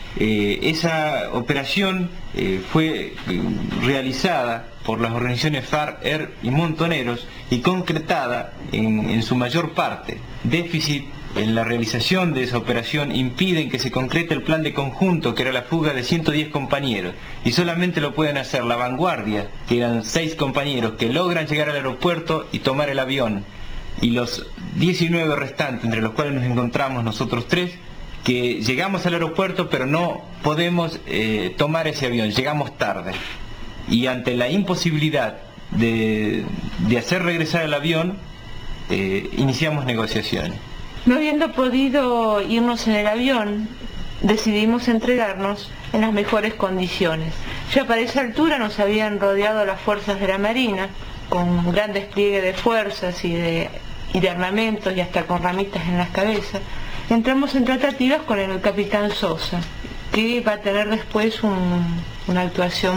Esa operación fue realizada por las organizaciones FARC, ERP y Montoneros y concretada en su mayor parte. Déficit en la realización de esa operación impiden que se concrete el plan de conjunto, que era la fuga de 110 compañeros, y solamente lo pueden hacer la vanguardia, que eran 6 compañeros que logran llegar al aeropuerto y tomar el avión, y los 19 restantes, entre los cuales nos encontramos nosotros 3, que llegamos al aeropuerto pero no podemos tomar ese avión, llegamos tarde, y ante la imposibilidad de hacer regresar el avión, iniciamos negociaciones. No habiendo podido irnos en el avión, decidimos entregarnos en las mejores condiciones. Ya para esa altura nos habían rodeado las fuerzas de la Marina, con un gran despliegue de fuerzas y de armamentos y hasta con ramitas en las cabezas. Entramos en tratativas con el capitán Sosa, que va a tener después una actuación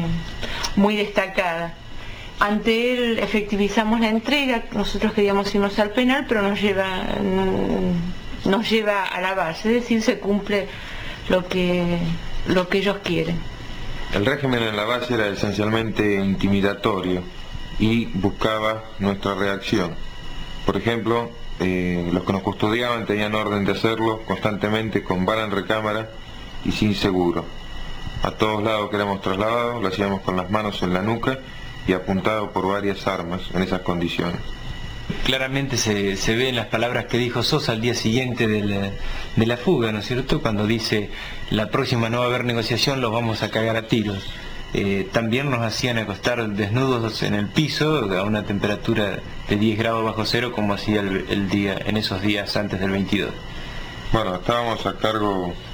muy destacada. Ante él efectivizamos la entrega. Nosotros queríamos irnos al penal, pero nos lleva a la base, es decir, se cumple lo que ellos quieren. El régimen en la base era esencialmente intimidatorio y buscaba nuestra reacción. Por ejemplo, los que nos custodiaban tenían orden de hacerlo constantemente con bala en recámara y sin seguro. A todos lados que éramos trasladados lo hacíamos con las manos en la nuca y apuntado por varias armas en esas condiciones. Claramente se ve en las palabras que dijo Sosa al día siguiente de la fuga, ¿no es cierto?, cuando dice: la próxima no va a haber negociación, los vamos a cagar a tiros. También nos hacían acostar desnudos en el piso a una temperatura de 10 grados bajo cero, como hacía en esos días antes del 22. Bueno, estábamos a cargo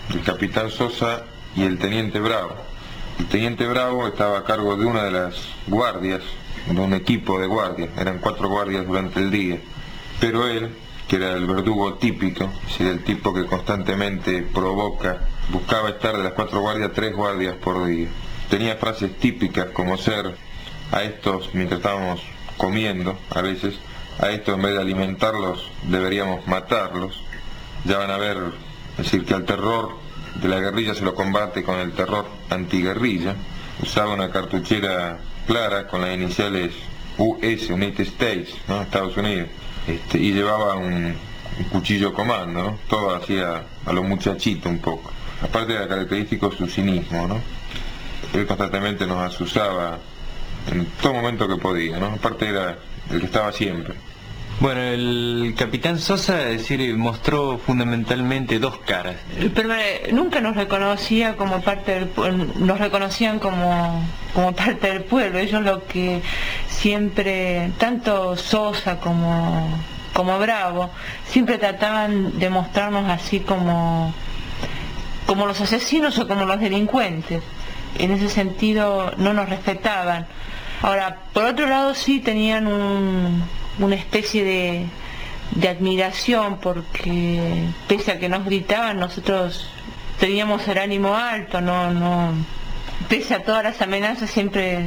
el capitán Sosa y el teniente Bravo. El teniente Bravo estaba a cargo de una de las guardias, de un equipo de guardias, eran 4 guardias durante el día, pero él, que era el verdugo típico, es decir, el tipo que constantemente provoca, buscaba estar de las 4 guardias 3 guardias por día. Tenía frases típicas como ser: a estos, mientras estábamos comiendo, a veces, a estos en vez de alimentarlos deberíamos matarlos. Ya van a ver, es decir, que al terror de la guerrilla se lo combate con el terror antiguerrilla. Usaba una cartuchera clara con las iniciales US, United States, ¿no? Estados Unidos, y llevaba un cuchillo comando, ¿no? Todo hacía a lo muchachito un poco. Aparte era característico su cinismo, ¿no? Él constantemente nos asusaba en todo momento que podía, ¿no? Aparte era el que estaba siempre. Bueno, el capitán Sosa, es decir, mostró fundamentalmente 2 caras. Pero nunca nos reconocía como parte del pueblo, nos reconocían como parte del pueblo. Ellos lo que siempre, tanto Sosa como Bravo, siempre trataban de mostrarnos así como los asesinos o como los delincuentes. En ese sentido no nos respetaban. Ahora, por otro lado sí tenían una especie de admiración, porque pese a que nos gritaban, nosotros teníamos el ánimo alto, no pese a todas las amenazas siempre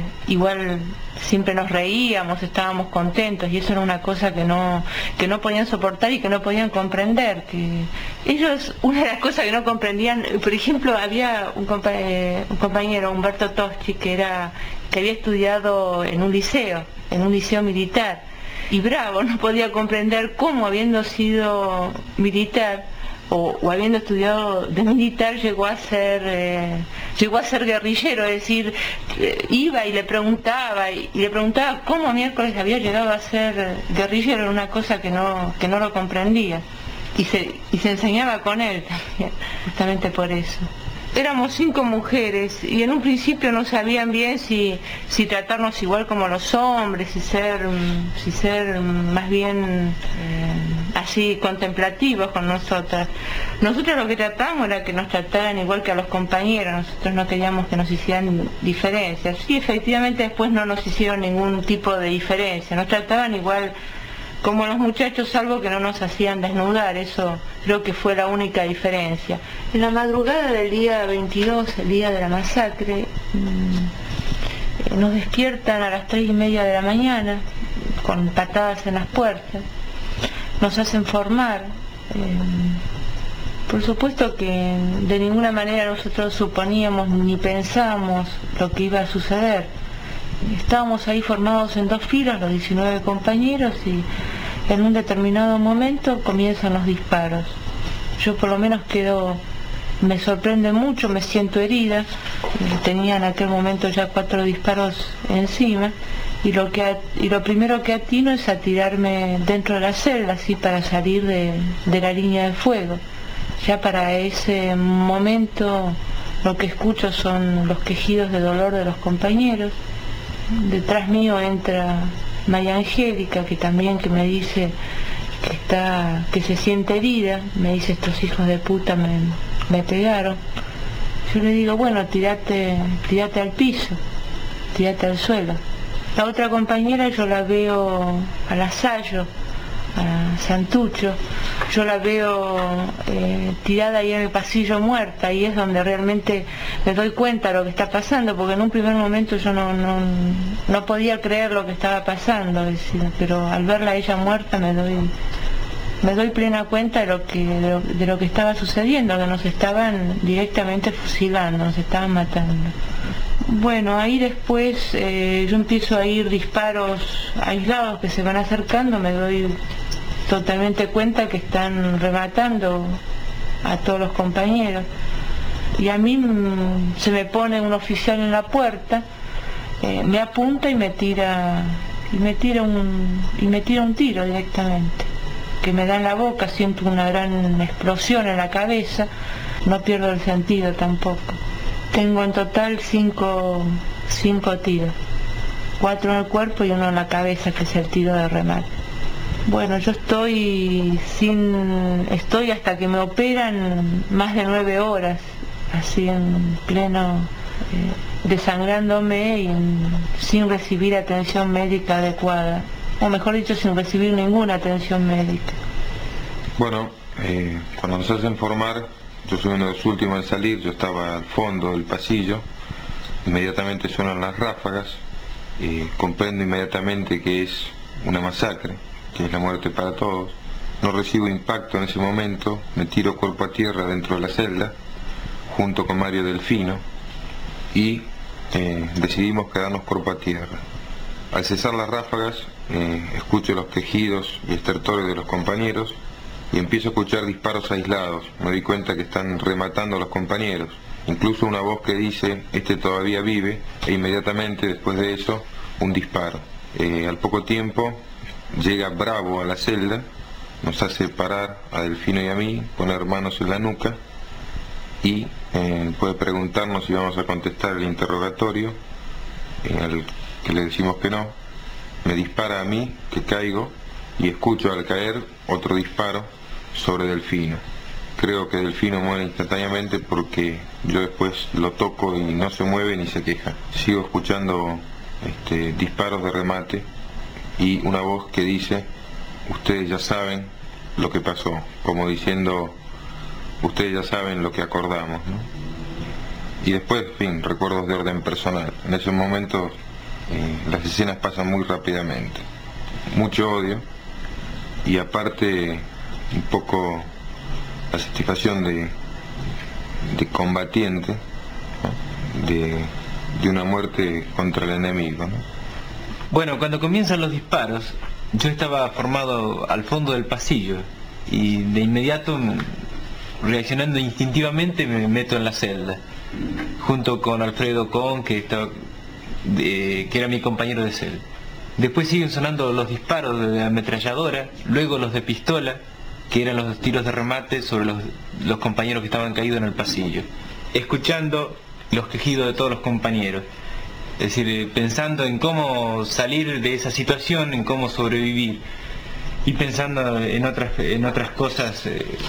nos reíamos, estábamos contentos, y eso era una cosa que no podían soportar y que no podían comprender. Que ellos, una de las cosas que no comprendían, por ejemplo, había un compañero, Humberto Toschi, que había estudiado en un liceo militar, y Bravo no podía comprender cómo, habiendo sido militar o habiendo estudiado de militar, llegó a ser guerrillero. Es decir, iba y le preguntaba cómo miércoles había llegado a ser guerrillero. Era una cosa que no lo comprendía, y se enseñaba con él también, justamente por eso. Éramos 5 mujeres y en un principio no sabían bien si tratarnos igual como los hombres, si ser más bien así contemplativos con nosotras. Nosotros lo que tratamos era que nos trataran igual que a los compañeros. Nosotros no queríamos que nos hicieran diferencias. Sí, efectivamente después no nos hicieron ningún tipo de diferencia, nos trataban igual como los muchachos, salvo que no nos hacían desnudar. Eso creo que fue la única diferencia. En la madrugada del día 22, el día de la masacre, nos despiertan a las 3:30 de la mañana con patadas en las puertas, nos hacen formar. Por supuesto que de ninguna manera nosotros suponíamos ni pensábamos lo que iba a suceder. Estábamos ahí formados en 2 filas, los 19 compañeros, y en un determinado momento comienzan los disparos. Yo por lo menos me sorprende mucho, me siento herida. Tenía en aquel momento ya 4 disparos encima, y lo primero que atino es a tirarme dentro de la celda, así para salir de la línea de fuego. Ya para ese momento lo que escucho son los quejidos de dolor de los compañeros. Detrás mío entra María Angélica, que me dice que se siente herida. Me dice: estos hijos de puta me pegaron. Yo le digo: bueno, tirate al piso, tirate al suelo. La otra compañera yo la veo a Lasallo, a Santucho, yo la veo tirada ahí en el pasillo muerta, y es donde realmente me doy cuenta de lo que está pasando, porque en un primer momento yo no podía creer lo que estaba pasando, es decir, pero al verla a ella muerta me doy plena cuenta de lo que estaba sucediendo, que nos estaban directamente fusilando, nos estaban matando. Bueno, ahí después yo empiezo a oír disparos aislados que se van acercando, me doy totalmente cuenta que están rematando a todos los compañeros, y a mí se me pone un oficial en la puerta, me apunta y me tira un tiro directamente, que me da en la boca. Siento una gran explosión en la cabeza, no pierdo el sentido tampoco. Tengo en total 5 tiros, 4 en el cuerpo y 1 en la cabeza, que es el tiro de remate. Bueno, yo estoy hasta que me operan más de 9 horas, así en pleno, desangrándome y sin recibir atención médica adecuada, o mejor dicho, sin recibir ninguna atención médica. Bueno, cuando nos hacen formar, yo soy uno de los últimos en salir, yo estaba al fondo del pasillo, inmediatamente suenan las ráfagas, comprendo inmediatamente que es una masacre, que es la muerte para todos. No recibo impacto en ese momento, me tiro cuerpo a tierra dentro de la celda, junto con Mario Delfino, y decidimos quedarnos cuerpo a tierra. Al cesar las ráfagas, escucho los quejidos y estertores de los compañeros, y empiezo a escuchar disparos aislados. Me doy cuenta que están rematando a los compañeros. Incluso una voz que dice, este todavía vive, e inmediatamente después de eso, un disparo. Al poco tiempo, llega Bravo a la celda, nos hace parar a Delfino y a mí, poner manos en la nuca, y puede preguntarnos si vamos a contestar el interrogatorio, al que le decimos que no. Me dispara a mí, que caigo, y escucho al caer otro disparo sobre Delfino. Creo que Delfino muere instantáneamente porque yo después lo toco y no se mueve ni se queja. Sigo escuchando disparos de remate y una voz que dice, ustedes ya saben lo que pasó, como diciendo, ustedes ya saben lo que acordamos, ¿no? Y después, en fin, recuerdos de orden personal. En esos momentos las escenas pasan muy rápidamente. Mucho odio y aparte un poco la satisfacción de combatiente, ¿no? de una muerte contra el enemigo, ¿no? Bueno, cuando comienzan los disparos, yo estaba formado al fondo del pasillo y de inmediato, reaccionando instintivamente, me meto en la celda, junto con Alfredo Con, que era mi compañero de celda. Después siguen sonando los disparos de ametralladora, luego los de pistola, que eran los tiros de remate sobre los compañeros que estaban caídos en el pasillo, escuchando los quejidos de todos los compañeros, es decir, pensando en cómo salir de esa situación, en cómo sobrevivir, y pensando en otras cosas.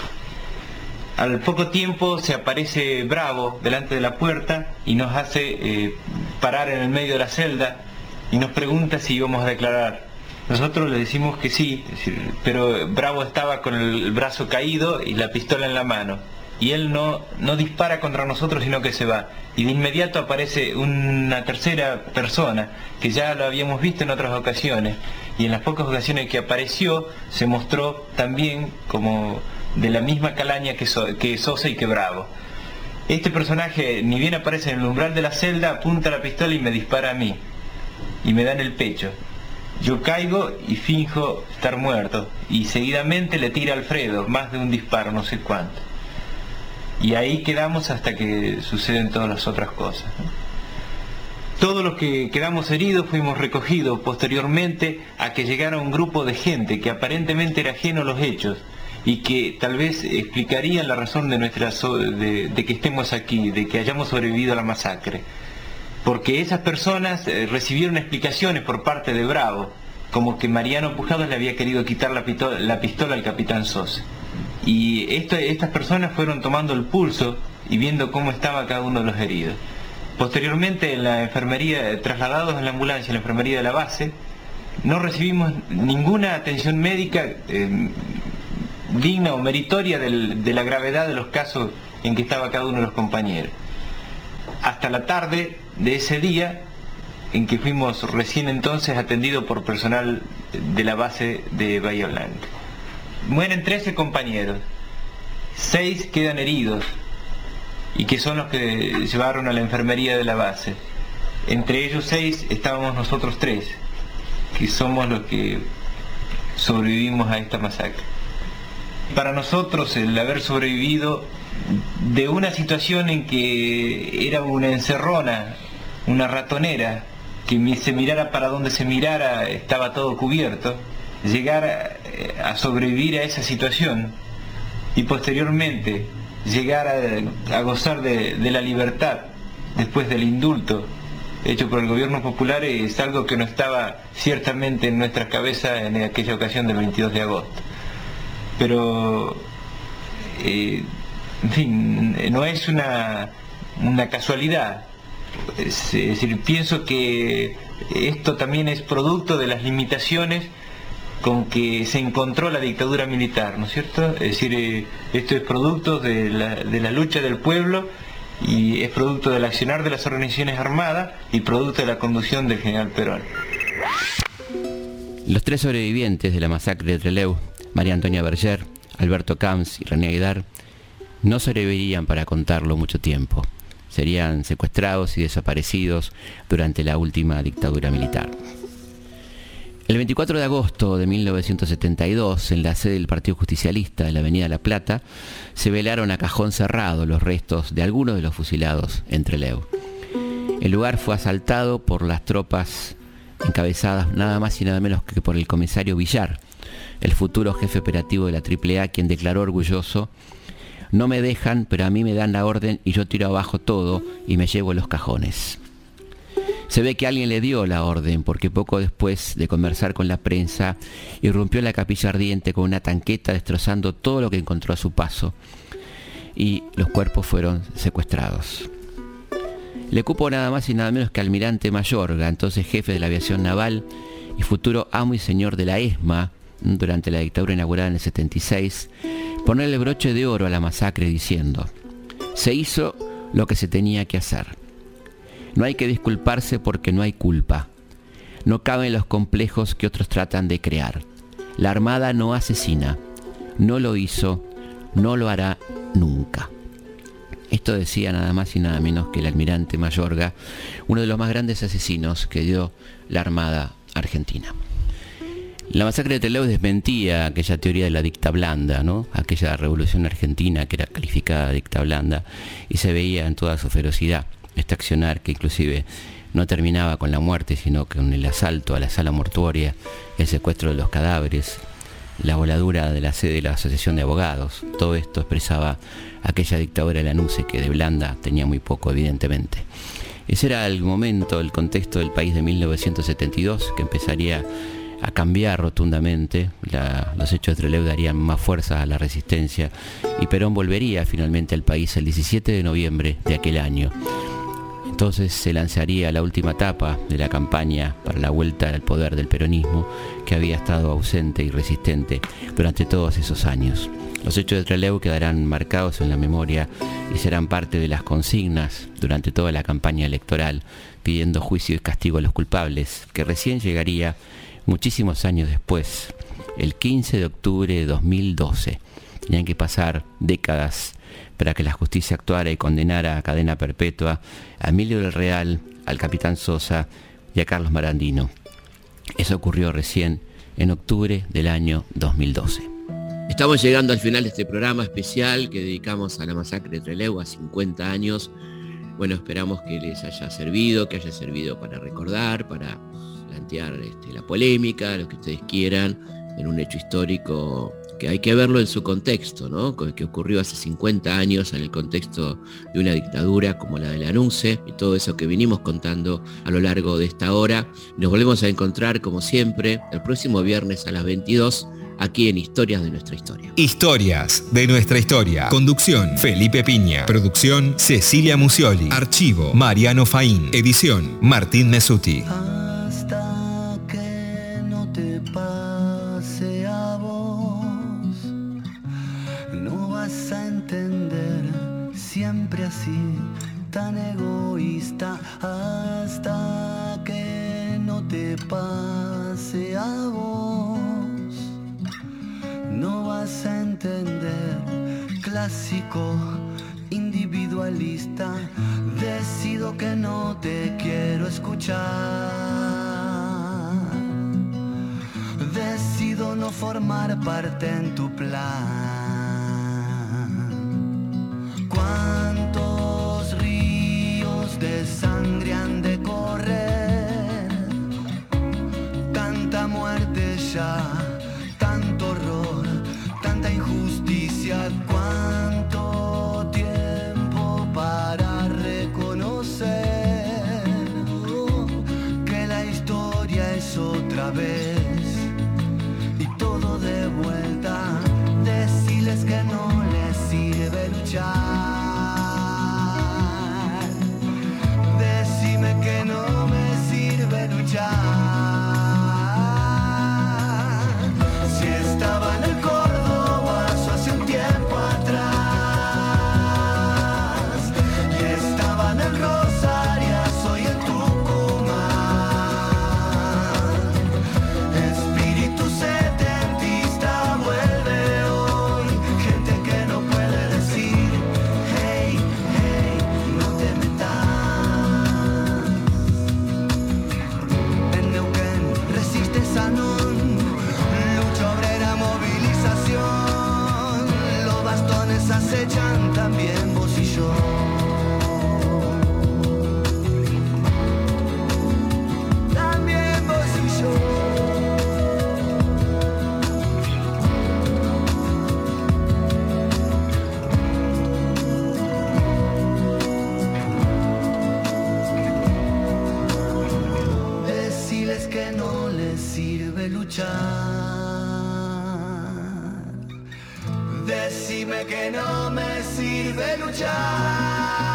Al poco tiempo se aparece Bravo delante de la puerta y nos hace parar en el medio de la celda y nos pregunta si íbamos a declarar. Nosotros le decimos que sí, es decir, pero Bravo estaba con el brazo caído y la pistola en la mano, y él no dispara contra nosotros, sino que se va, y de inmediato aparece una tercera persona que ya lo habíamos visto en otras ocasiones, y en las pocas ocasiones que apareció se mostró también como de la misma calaña que Sosa y que Bravo. Este personaje, ni bien aparece en el umbral de la celda, apunta la pistola y me dispara a mí, y me da en el pecho. Yo caigo y finjo estar muerto, y seguidamente le tira a Alfredo más de un disparo, no sé cuánto. Y ahí quedamos hasta que suceden todas las otras cosas, ¿no? Todos los que quedamos heridos fuimos recogidos posteriormente a que llegara un grupo de gente que aparentemente era ajeno a los hechos y que tal vez explicarían la razón de que estemos aquí, de que hayamos sobrevivido a la masacre. Porque esas personas recibieron explicaciones por parte de Bravo, como que Mariano Pujados le había querido quitar la pistola al capitán Sosa. Y estas personas fueron tomando el pulso y viendo cómo estaba cada uno de los heridos. Posteriormente, en la enfermería, trasladados en la ambulancia a la enfermería de la base, no recibimos ninguna atención médica digna o meritoria de la gravedad de los casos en que estaba cada uno de los compañeros. Hasta la tarde de ese día, en que fuimos recién entonces atendidos por personal de la base de Bahía Blanca. Mueren 13 compañeros, 6 quedan heridos, y que son los que llevaron a la enfermería de la base. Entre ellos 6 estábamos nosotros 3, que somos los que sobrevivimos a esta masacre. Para nosotros el haber sobrevivido de una situación en que era una encerrona, una ratonera, que se mirara para donde se mirara estaba todo cubierto, llegar a sobrevivir a esa situación y posteriormente llegar a gozar de la libertad después del indulto hecho por el gobierno popular es algo que no estaba ciertamente en nuestras cabezas en aquella ocasión del 22 de agosto. Pero, en fin, no es una casualidad. Es decir, pienso que esto también es producto de las limitaciones con que se encontró la dictadura militar, ¿no es cierto? Es decir, esto es producto de la lucha del pueblo y es producto del accionar de las organizaciones armadas y producto de la conducción del general Perón. Los 3 sobrevivientes de la masacre de Trelew, María Antonia Berger, Alberto Camps y René Aguilar, no sobrevivirían para contarlo mucho tiempo. Serían secuestrados y desaparecidos durante la última dictadura militar. El 24 de agosto de 1972, en la sede del Partido Justicialista de la Avenida La Plata, se velaron a cajón cerrado los restos de algunos de los fusilados en Trelew. El lugar fue asaltado por las tropas encabezadas nada más y nada menos que por el comisario Villar, el futuro jefe operativo de la AAA, quien declaró orgulloso: "No me dejan, pero a mí me dan la orden y yo tiro abajo todo y me llevo los cajones". Se ve que alguien le dio la orden, porque poco después de conversar con la prensa, irrumpió en la capilla ardiente con una tanqueta destrozando todo lo que encontró a su paso, y los cuerpos fueron secuestrados. Le cupo nada más y nada menos que Almirante Mayorga, entonces jefe de la aviación naval y futuro amo y señor de la ESMA, durante la dictadura inaugurada en el 76, ponerle broche de oro a la masacre diciendo: "Se hizo lo que se tenía que hacer. No hay que disculparse porque no hay culpa. No caben los complejos que otros tratan de crear. La Armada no asesina. No lo hizo, no lo hará nunca". Esto decía nada más y nada menos que el almirante Mayorga, uno de los más grandes asesinos que dio la Armada Argentina. La masacre de Trelew desmentía aquella teoría de la dicta blanda, ¿no? Aquella revolución argentina que era calificada de dicta blanda, y se veía en toda su ferocidad este accionar que inclusive no terminaba con la muerte, sino con el asalto a la sala mortuoria, el secuestro de los cadáveres, la voladura de la sede de la Asociación de Abogados. Todo esto expresaba aquella dictadura de Lanuse, que de blanda tenía muy poco, evidentemente. Ese era el momento, el contexto del país de 1972, que empezaría a cambiar rotundamente. Los hechos de Trelew darían más fuerza a la resistencia y Perón volvería finalmente al país el 17 de noviembre de aquel año. Entonces se lanzaría la última etapa de la campaña para la vuelta al poder del peronismo, que había estado ausente y resistente durante todos esos años. Los hechos de Trelew quedarán marcados en la memoria y serán parte de las consignas durante toda la campaña electoral, pidiendo juicio y castigo a los culpables, que recién llegaría muchísimos años después, el 15 de octubre de 2012. Tenían que pasar décadas para que la justicia actuara y condenara a cadena perpetua a Emilio del Real, al capitán Sosa y a Carlos Marandino. Eso ocurrió recién en octubre del año 2012. Estamos llegando al final de este programa especial que dedicamos a la masacre de Trelew, a 50 años. Bueno, esperamos que les haya servido, que haya servido para recordar, para plantear la polémica, lo que ustedes quieran, en un hecho histórico que hay que verlo en su contexto, ¿no? Que ocurrió hace 50 años en el contexto de una dictadura como la de Lanuse, y todo eso que venimos contando a lo largo de esta hora. Nos volvemos a encontrar, como siempre, el próximo viernes a las 22, aquí en Historias de Nuestra Historia. Historias de Nuestra Historia. Conducción: Felipe Piña. Producción: Cecilia Musioli. Archivo: Mariano Faín. Edición: Martín Mesuti. Hasta que no te pase a vos, no vas a entender, siempre así, tan egoísta. Hasta que no te pase a vos, no vas a entender, clásico, individualista. Decido que no te quiero escuchar. Decido no formar parte en tu plan. ¿Cuántos ríos de sangre han de correr? Tanta muerte ya, tanto horror, tanta injusticia. ¿Cuánto tiempo para reconocer vez, otra vez, y todo de vuelta. Deciles que no les sirve luchar. Decime que no me sirve luchar. Si estaba en el Córdoba hace un tiempo atrás, y estaba en el Rosario, soy en Tucumán. Espíritu setentista vuelve hoy, gente que no puede decir hey, hey, no te metas. En Neuquén resiste Sanón, lucha obrera, movilización. Los bastones acechan también vos y yo. También vos y yo. Deciles que no les sirve luchar. Decime que no me sirve luchar.